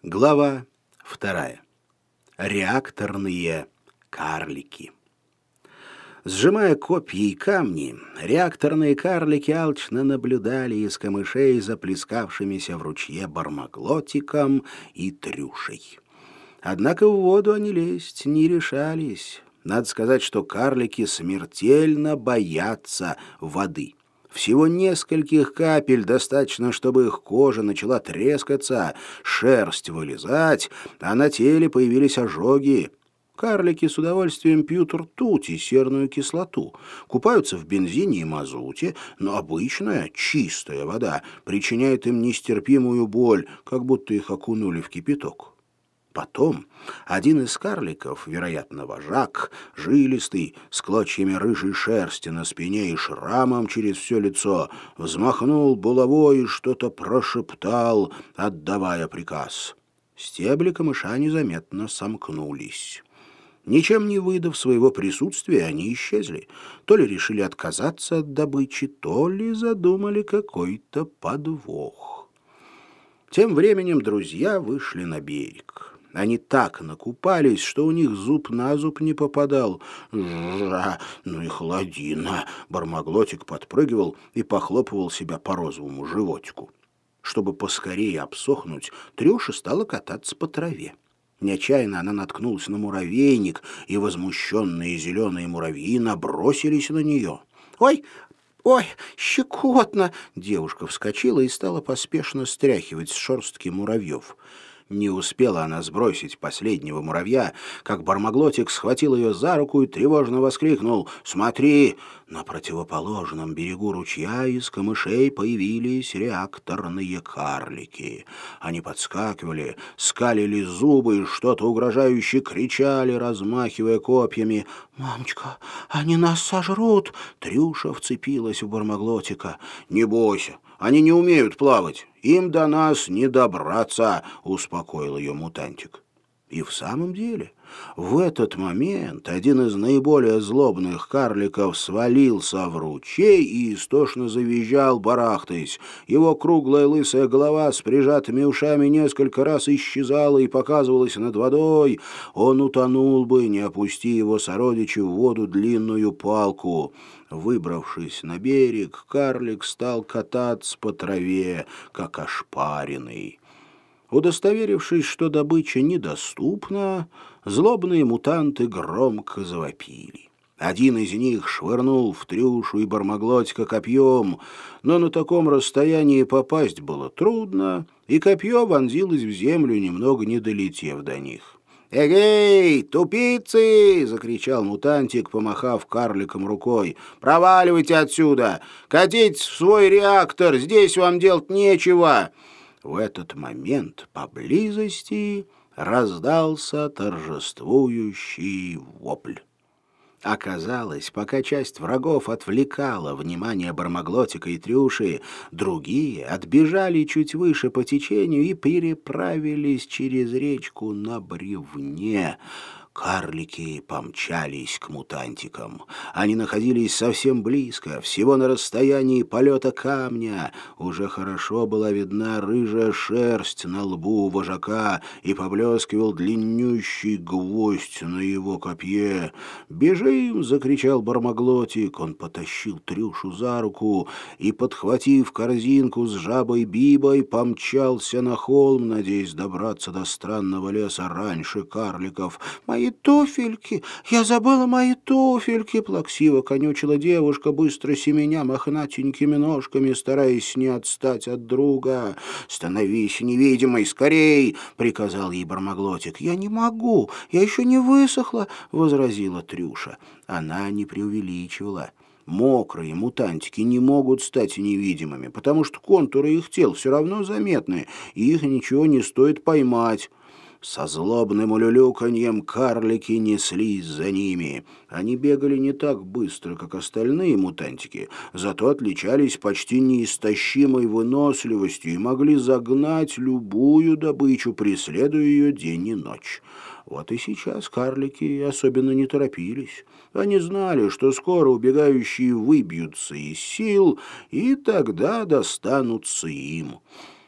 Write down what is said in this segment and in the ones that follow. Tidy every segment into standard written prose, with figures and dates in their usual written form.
Глава 2. Реакторные карлики. Сжимая копья и камни, реакторные карлики алчно наблюдали из камышей за плескавшимися в ручье бармаглотиком и трюшей. Однако в воду они лезть не решались. Надо сказать, что карлики смертельно боятся воды. Всего нескольких капель достаточно, чтобы их кожа начала трескаться, шерсть вылезать, а на теле появились ожоги. Карлики с удовольствием пьют ртуть и серную кислоту, купаются в бензине и мазуте, но обычная чистая вода причиняет им нестерпимую боль, как будто их окунули в кипяток. Потом один из карликов, вероятно, вожак, жилистый, с клочьями рыжей шерсти на спине и шрамом через все лицо, взмахнул булавой и что-то прошептал, отдавая приказ. Стебли камыша незаметно сомкнулись. Ничем не выдав своего присутствия, они исчезли. То ли решили отказаться от добычи, то ли задумали какой-то подвох. Тем временем друзья вышли на берег. Они так накупались, что у них зуб на зуб не попадал. «Жа, ну и холодина!» Бармаглотик подпрыгивал и похлопывал себя по розовому животику. Чтобы поскорее обсохнуть, Трюша стала кататься по траве. Нечаянно она наткнулась на муравейник, и возмущенные зеленые муравьи набросились на нее. «Ой, ой, щекотно!» Девушка вскочила и стала поспешно стряхивать с шерстки муравьев. Не успела она сбросить последнего муравья, как Бармаглотик схватил ее за руку и тревожно воскликнул: «Смотри!» На противоположном берегу ручья из камышей появились реакторные карлики. Они подскакивали, скалили зубы и что-то угрожающе кричали, размахивая копьями. «Мамочка, они нас сожрут!» Трюша вцепилась в Бармаглотика. «Не бойся, они не умеют плавать. Им до нас не добраться», — успокоил ее мутантик. И в самом деле, в этот момент один из наиболее злобных карликов свалился в ручей и истошно завизжал, барахтаясь. Его круглая лысая голова с прижатыми ушами несколько раз исчезала и показывалась над водой. Он утонул бы, не опусти его сородичи в воду длинную палку. Выбравшись на берег, карлик стал кататься по траве, как ошпаренный. Удостоверившись, что добыча недоступна, злобные мутанты громко завопили. Один из них швырнул в Трюшу и Бармаглотика копьем, но на таком расстоянии попасть было трудно, и копье вонзилось в землю, немного не долетев до них. «Эгей, тупицы!» — закричал мутантик, помахав карликом рукой. «Проваливайте отсюда! Катитесь в свой реактор! Здесь вам делать нечего!» В этот момент поблизости раздался торжествующий вопль. Оказалось, пока часть врагов отвлекала внимание Бармаглотика и Трюши, другие отбежали чуть выше по течению и переправились через речку на бревне. Карлики помчались к мутантикам. Они находились совсем близко, всего на расстоянии полета камня. Уже хорошо была видна рыжая шерсть на лбу вожака и поблескивал длиннющий гвоздь на его копье. «Бежим!» — закричал Бармаглотик. Он потащил Трюшу за руку и, подхватив корзинку с жабой Бибой, помчался на холм, надеясь добраться до странного леса раньше карликов. «Мои туфельки! Я забыла мои туфельки!» Плаксиво конючила девушка, быстро семеня мохнатенькими ножками, стараясь не отстать от друга. «Становись невидимой, скорей!» — приказал ей Бармаглотик. «Я не могу, я еще не высохла!» — возразила Трюша. Она не преувеличивала. Мокрые мутантики не могут стать невидимыми, потому что контуры их тел все равно заметны, и их ничего не стоит поймать. Со злобным улюлюканьем карлики неслись за ними. Они бегали не так быстро, как остальные мутантики, зато отличались почти неистощимой выносливостью и могли загнать любую добычу, преследуя ее день и ночь. Вот и сейчас карлики особенно не торопились. Они знали, что скоро убегающие выбьются из сил, и тогда достанутся им.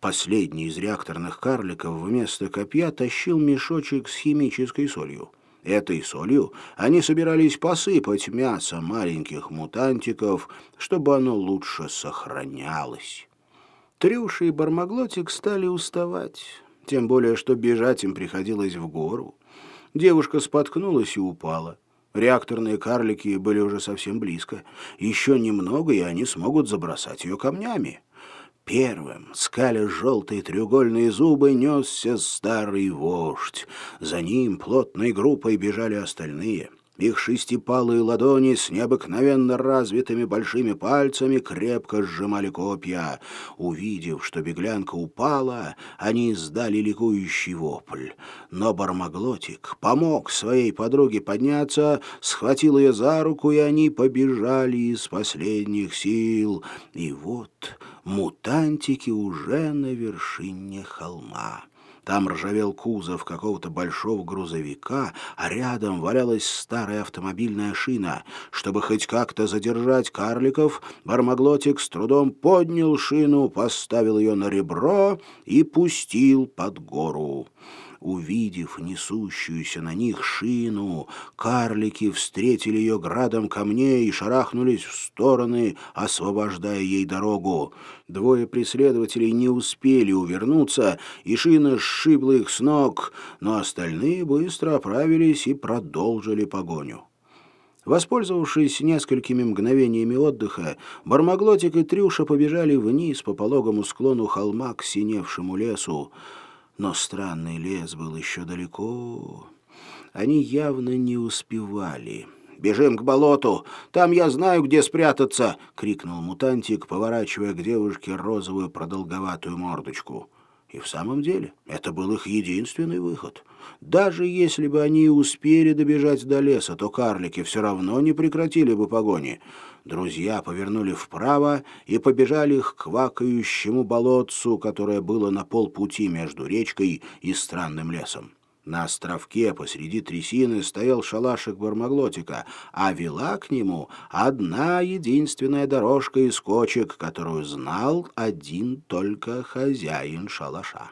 Последний из реакторных карликов вместо копья тащил мешочек с химической солью. Этой солью они собирались посыпать мясо маленьких мутантиков, чтобы оно лучше сохранялось. Трюша и Бармаглотик стали уставать, тем более, что бежать им приходилось в гору. Девушка споткнулась и упала. Реакторные карлики были уже совсем близко. Еще немного, и они смогут забросать ее камнями. Первым, скаля желтые треугольные зубы, несся старый вождь. За ним плотной группой бежали остальные. Их шестипалые ладони с необыкновенно развитыми большими пальцами крепко сжимали копья. Увидев, что беглянка упала, они издали ликующий вопль. Но Бармаглотик помог своей подруге подняться, схватил ее за руку, и они побежали из последних сил. И вот мутантики уже на вершине холма. Там ржавел кузов какого-то большого грузовика, а рядом валялась старая автомобильная шина. Чтобы хоть как-то задержать карликов, Бармаглотик с трудом поднял шину, поставил ее на ребро и пустил под гору. Увидев несущуюся на них шину, карлики встретили ее градом камней и шарахнулись в стороны, освобождая ей дорогу. Двое преследователей не успели увернуться, и шина сшибла их с ног, но остальные быстро оправились и продолжили погоню. Воспользовавшись несколькими мгновениями отдыха, Бармаглотик и Трюша побежали вниз по пологому склону холма к синевшему лесу. Но странный лес был еще далеко. Они явно не успевали. «Бежим к болоту! Там я знаю, где спрятаться!» — крикнул мутантик, поворачивая к девушке розовую продолговатую мордочку. И в самом деле это был их единственный выход. Даже если бы они успели добежать до леса, то карлики все равно не прекратили бы погони. Друзья повернули вправо и побежали к квакающему болотцу, которое было на полпути между речкой и странным лесом. На островке посреди трясины стоял шалашик Бармаглотика, а вела к нему одна единственная дорожка из кочек, которую знал один только хозяин шалаша.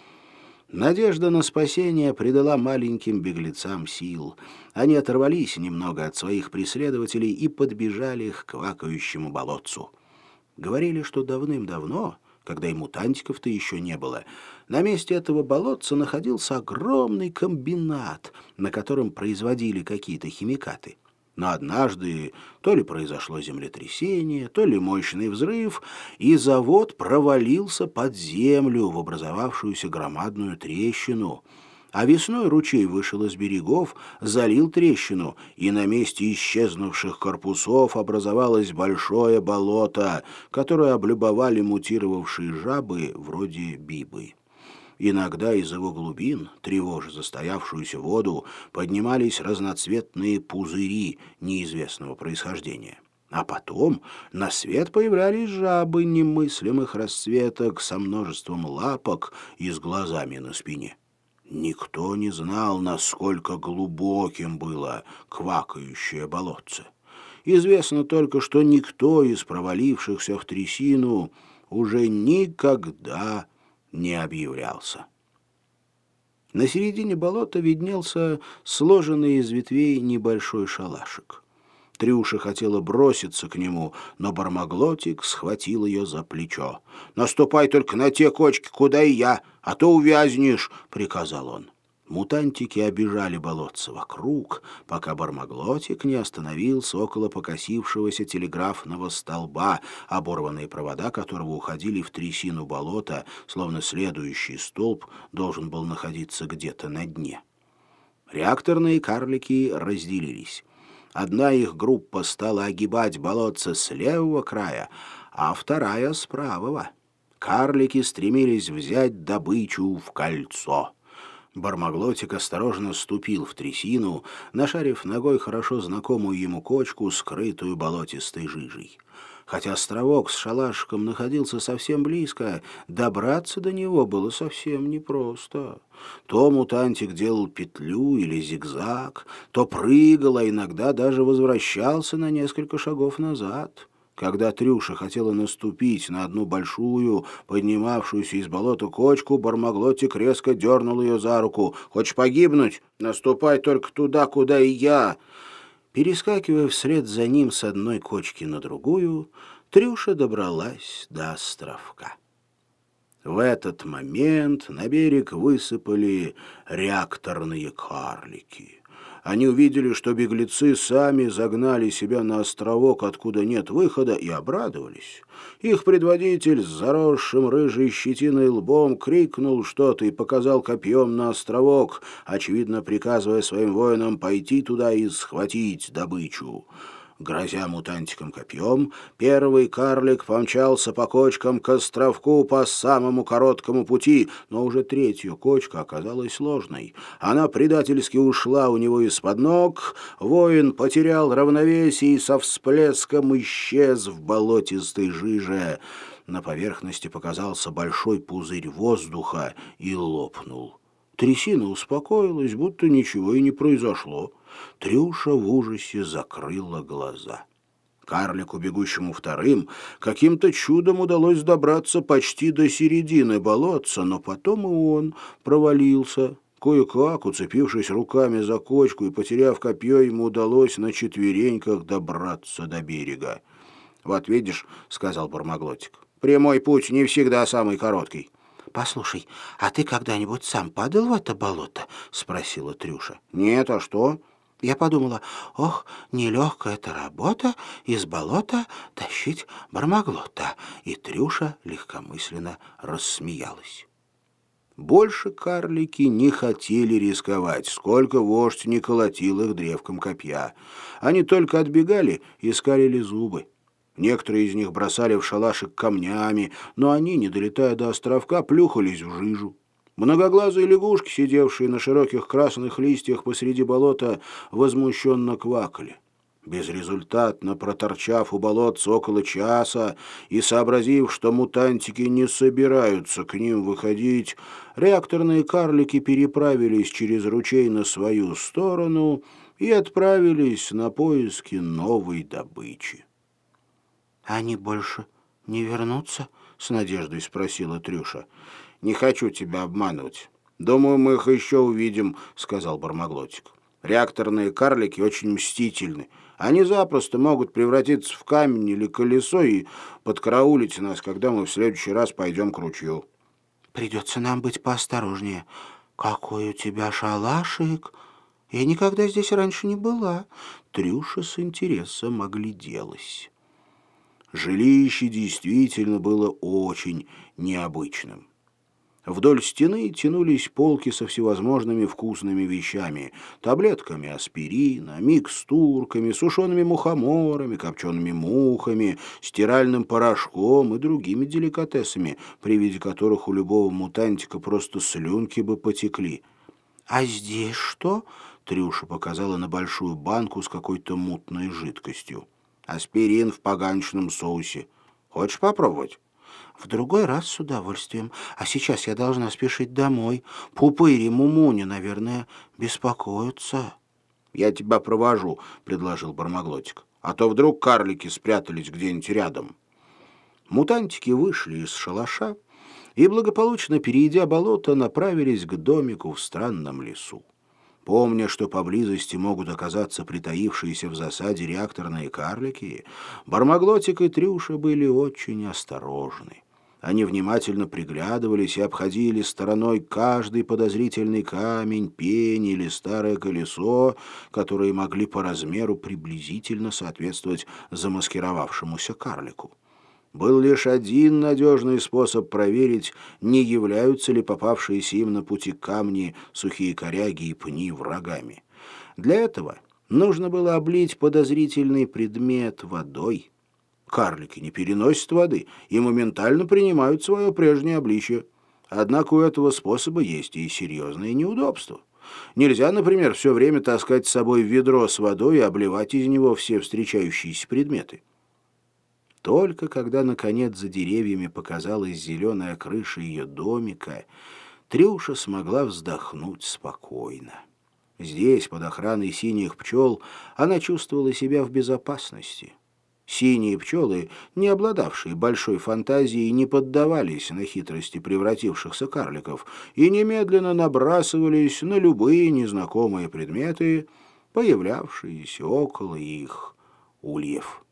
Надежда на спасение придала маленьким беглецам сил. Они оторвались немного от своих преследователей и подбежали к квакающему болотцу. Говорили, что давным-давно, когда и мутантиков-то еще не было, на месте этого болотца находился огромный комбинат, на котором производили какие-то химикаты. Но однажды то ли произошло землетрясение, то ли мощный взрыв, и завод провалился под землю в образовавшуюся громадную трещину. А весной ручей вышел из берегов, залил трещину, и на месте исчезнувших корпусов образовалось большое болото, которое облюбовали мутировавшие жабы вроде бибы. Иногда из его глубин, тревожа застоявшуюся воду, поднимались разноцветные пузыри неизвестного происхождения. А потом на свет появлялись жабы немыслимых расцветок со множеством лапок и с глазами на спине. Никто не знал, насколько глубоким было квакающее болотце. Известно только, что никто из провалившихся в трясину уже никогда не объявлялся. На середине болота виднелся сложенный из ветвей небольшой шалашик. Трюша хотела броситься к нему, но Бармаглотик схватил ее за плечо. «Наступай только на те кочки, куда и я, а то увязнешь», — приказал он. Мутантики обижали болотца вокруг, пока Бармаглотик не остановился около покосившегося телеграфного столба, оборванные провода которого уходили в трясину болота, словно следующий столб должен был находиться где-то на дне. Реакторные карлики разделились. Одна их группа стала огибать болотце с левого края, а вторая — с правого. Карлики стремились взять добычу в кольцо. Бармаглотик осторожно ступил в трясину, нашарив ногой хорошо знакомую ему кочку, скрытую болотистой жижей. Хотя островок с шалашиком находился совсем близко, добраться до него было совсем непросто. То мутантик делал петлю или зигзаг, то прыгал, а иногда даже возвращался на несколько шагов назад. Когда Трюша хотела наступить на одну большую, поднимавшуюся из болота кочку, Бармаглотик резко дернул ее за руку. «Хочешь погибнуть? Наступай только туда, куда и я!» Перескакивая вслед за ним с одной кочки на другую, Трюша добралась до островка. В этот момент на берег высыпали реакторные карлики. Они увидели, что беглецы сами загнали себя на островок, откуда нет выхода, и обрадовались. Их предводитель с заросшим рыжей щетиной лбом крикнул что-то и показал копьем на островок, очевидно приказывая своим воинам пойти туда и схватить добычу. Грозя мутантиком копьем, первый карлик помчался по кочкам к островку по самому короткому пути, но уже третья кочка оказалась ложной. Она предательски ушла у него из-под ног, воин потерял равновесие и со всплеском исчез в болотистой жиже. На поверхности показался большой пузырь воздуха и лопнул. Трясина успокоилась, будто ничего и не произошло. Трюша в ужасе закрыла глаза. Карлику, бегущему вторым, каким-то чудом удалось добраться почти до середины болотца, но потом и он провалился. Кое-как, уцепившись руками за кочку и потеряв копье, ему удалось на четвереньках добраться до берега. «Вот видишь», — сказал Бармаглотик, — «прямой путь не всегда самый короткий». «Послушай, а ты когда-нибудь сам падал в это болото?» — спросила Трюша. «Нет, а что?» Я подумала, ох, нелегкая эта работа из болота тащить Бармаглота. И Трюша легкомысленно рассмеялась. Больше карлики не хотели рисковать, сколько вождь не колотил их древком копья. Они только отбегали и скалили зубы. Некоторые из них бросали в шалашик камнями, но они, не долетая до островка, плюхались в жижу. Многоглазые лягушки, сидевшие на широких красных листьях посреди болота, возмущенно квакали. Безрезультатно проторчав у болотца около часа и сообразив, что мутантики не собираются к ним выходить, реакторные карлики переправились через ручей на свою сторону и отправились на поиски новой добычи. «Они больше не вернутся?» — с надеждой спросила Трюша. «Не хочу тебя обманывать. Думаю, мы их еще увидим», — сказал Бармаглотик. «Реакторные карлики очень мстительны. Они запросто могут превратиться в камень или колесо и подкараулить нас, когда мы в следующий раз пойдем к ручью». «Придется нам быть поосторожнее. Какой у тебя шалашик! Я никогда здесь раньше не была». Трюша с интересом огляделась. Жилище действительно было очень необычным. Вдоль стены тянулись полки со всевозможными вкусными вещами: таблетками аспирина, микстурками, сушеными мухоморами, копчеными мухами, стиральным порошком и другими деликатесами, при виде которых у любого мутантика просто слюнки бы потекли. «А здесь что?» — Трюша показала на большую банку с какой-то мутной жидкостью. «Аспирин в поганочном соусе. Хочешь попробовать?» «В другой раз с удовольствием. А сейчас я должна спешить домой. Пупырь и Мумуня, наверное, беспокоятся». «Я тебя провожу», — предложил Бармаглотик. «А то вдруг карлики спрятались где-нибудь рядом». Мутантики вышли из шалаша и, благополучно перейдя болото, направились к домику в странном лесу. Помня, что поблизости могут оказаться притаившиеся в засаде реакторные карлики, Бармаглотик и Трюша были очень осторожны. Они внимательно приглядывались и обходили стороной каждый подозрительный камень, пень или старое колесо, которые могли по размеру приблизительно соответствовать замаскировавшемуся карлику. Был лишь один надежный способ проверить, не являются ли попавшиеся им на пути камни, сухие коряги и пни врагами. Для этого нужно было облить подозрительный предмет водой. Карлики не переносят воды и моментально принимают свое прежнее обличие. Однако у этого способа есть и серьезные неудобства. Нельзя, например, все время таскать с собой ведро с водой и обливать из него все встречающиеся предметы. Только когда, наконец, за деревьями показалась зеленая крыша ее домика, Трюша смогла вздохнуть спокойно. Здесь, под охраной синих пчел, она чувствовала себя в безопасности. Синие пчелы, не обладавшие большой фантазией, не поддавались на хитрости превратившихся карликов и немедленно набрасывались на любые незнакомые предметы, появлявшиеся около их ульев.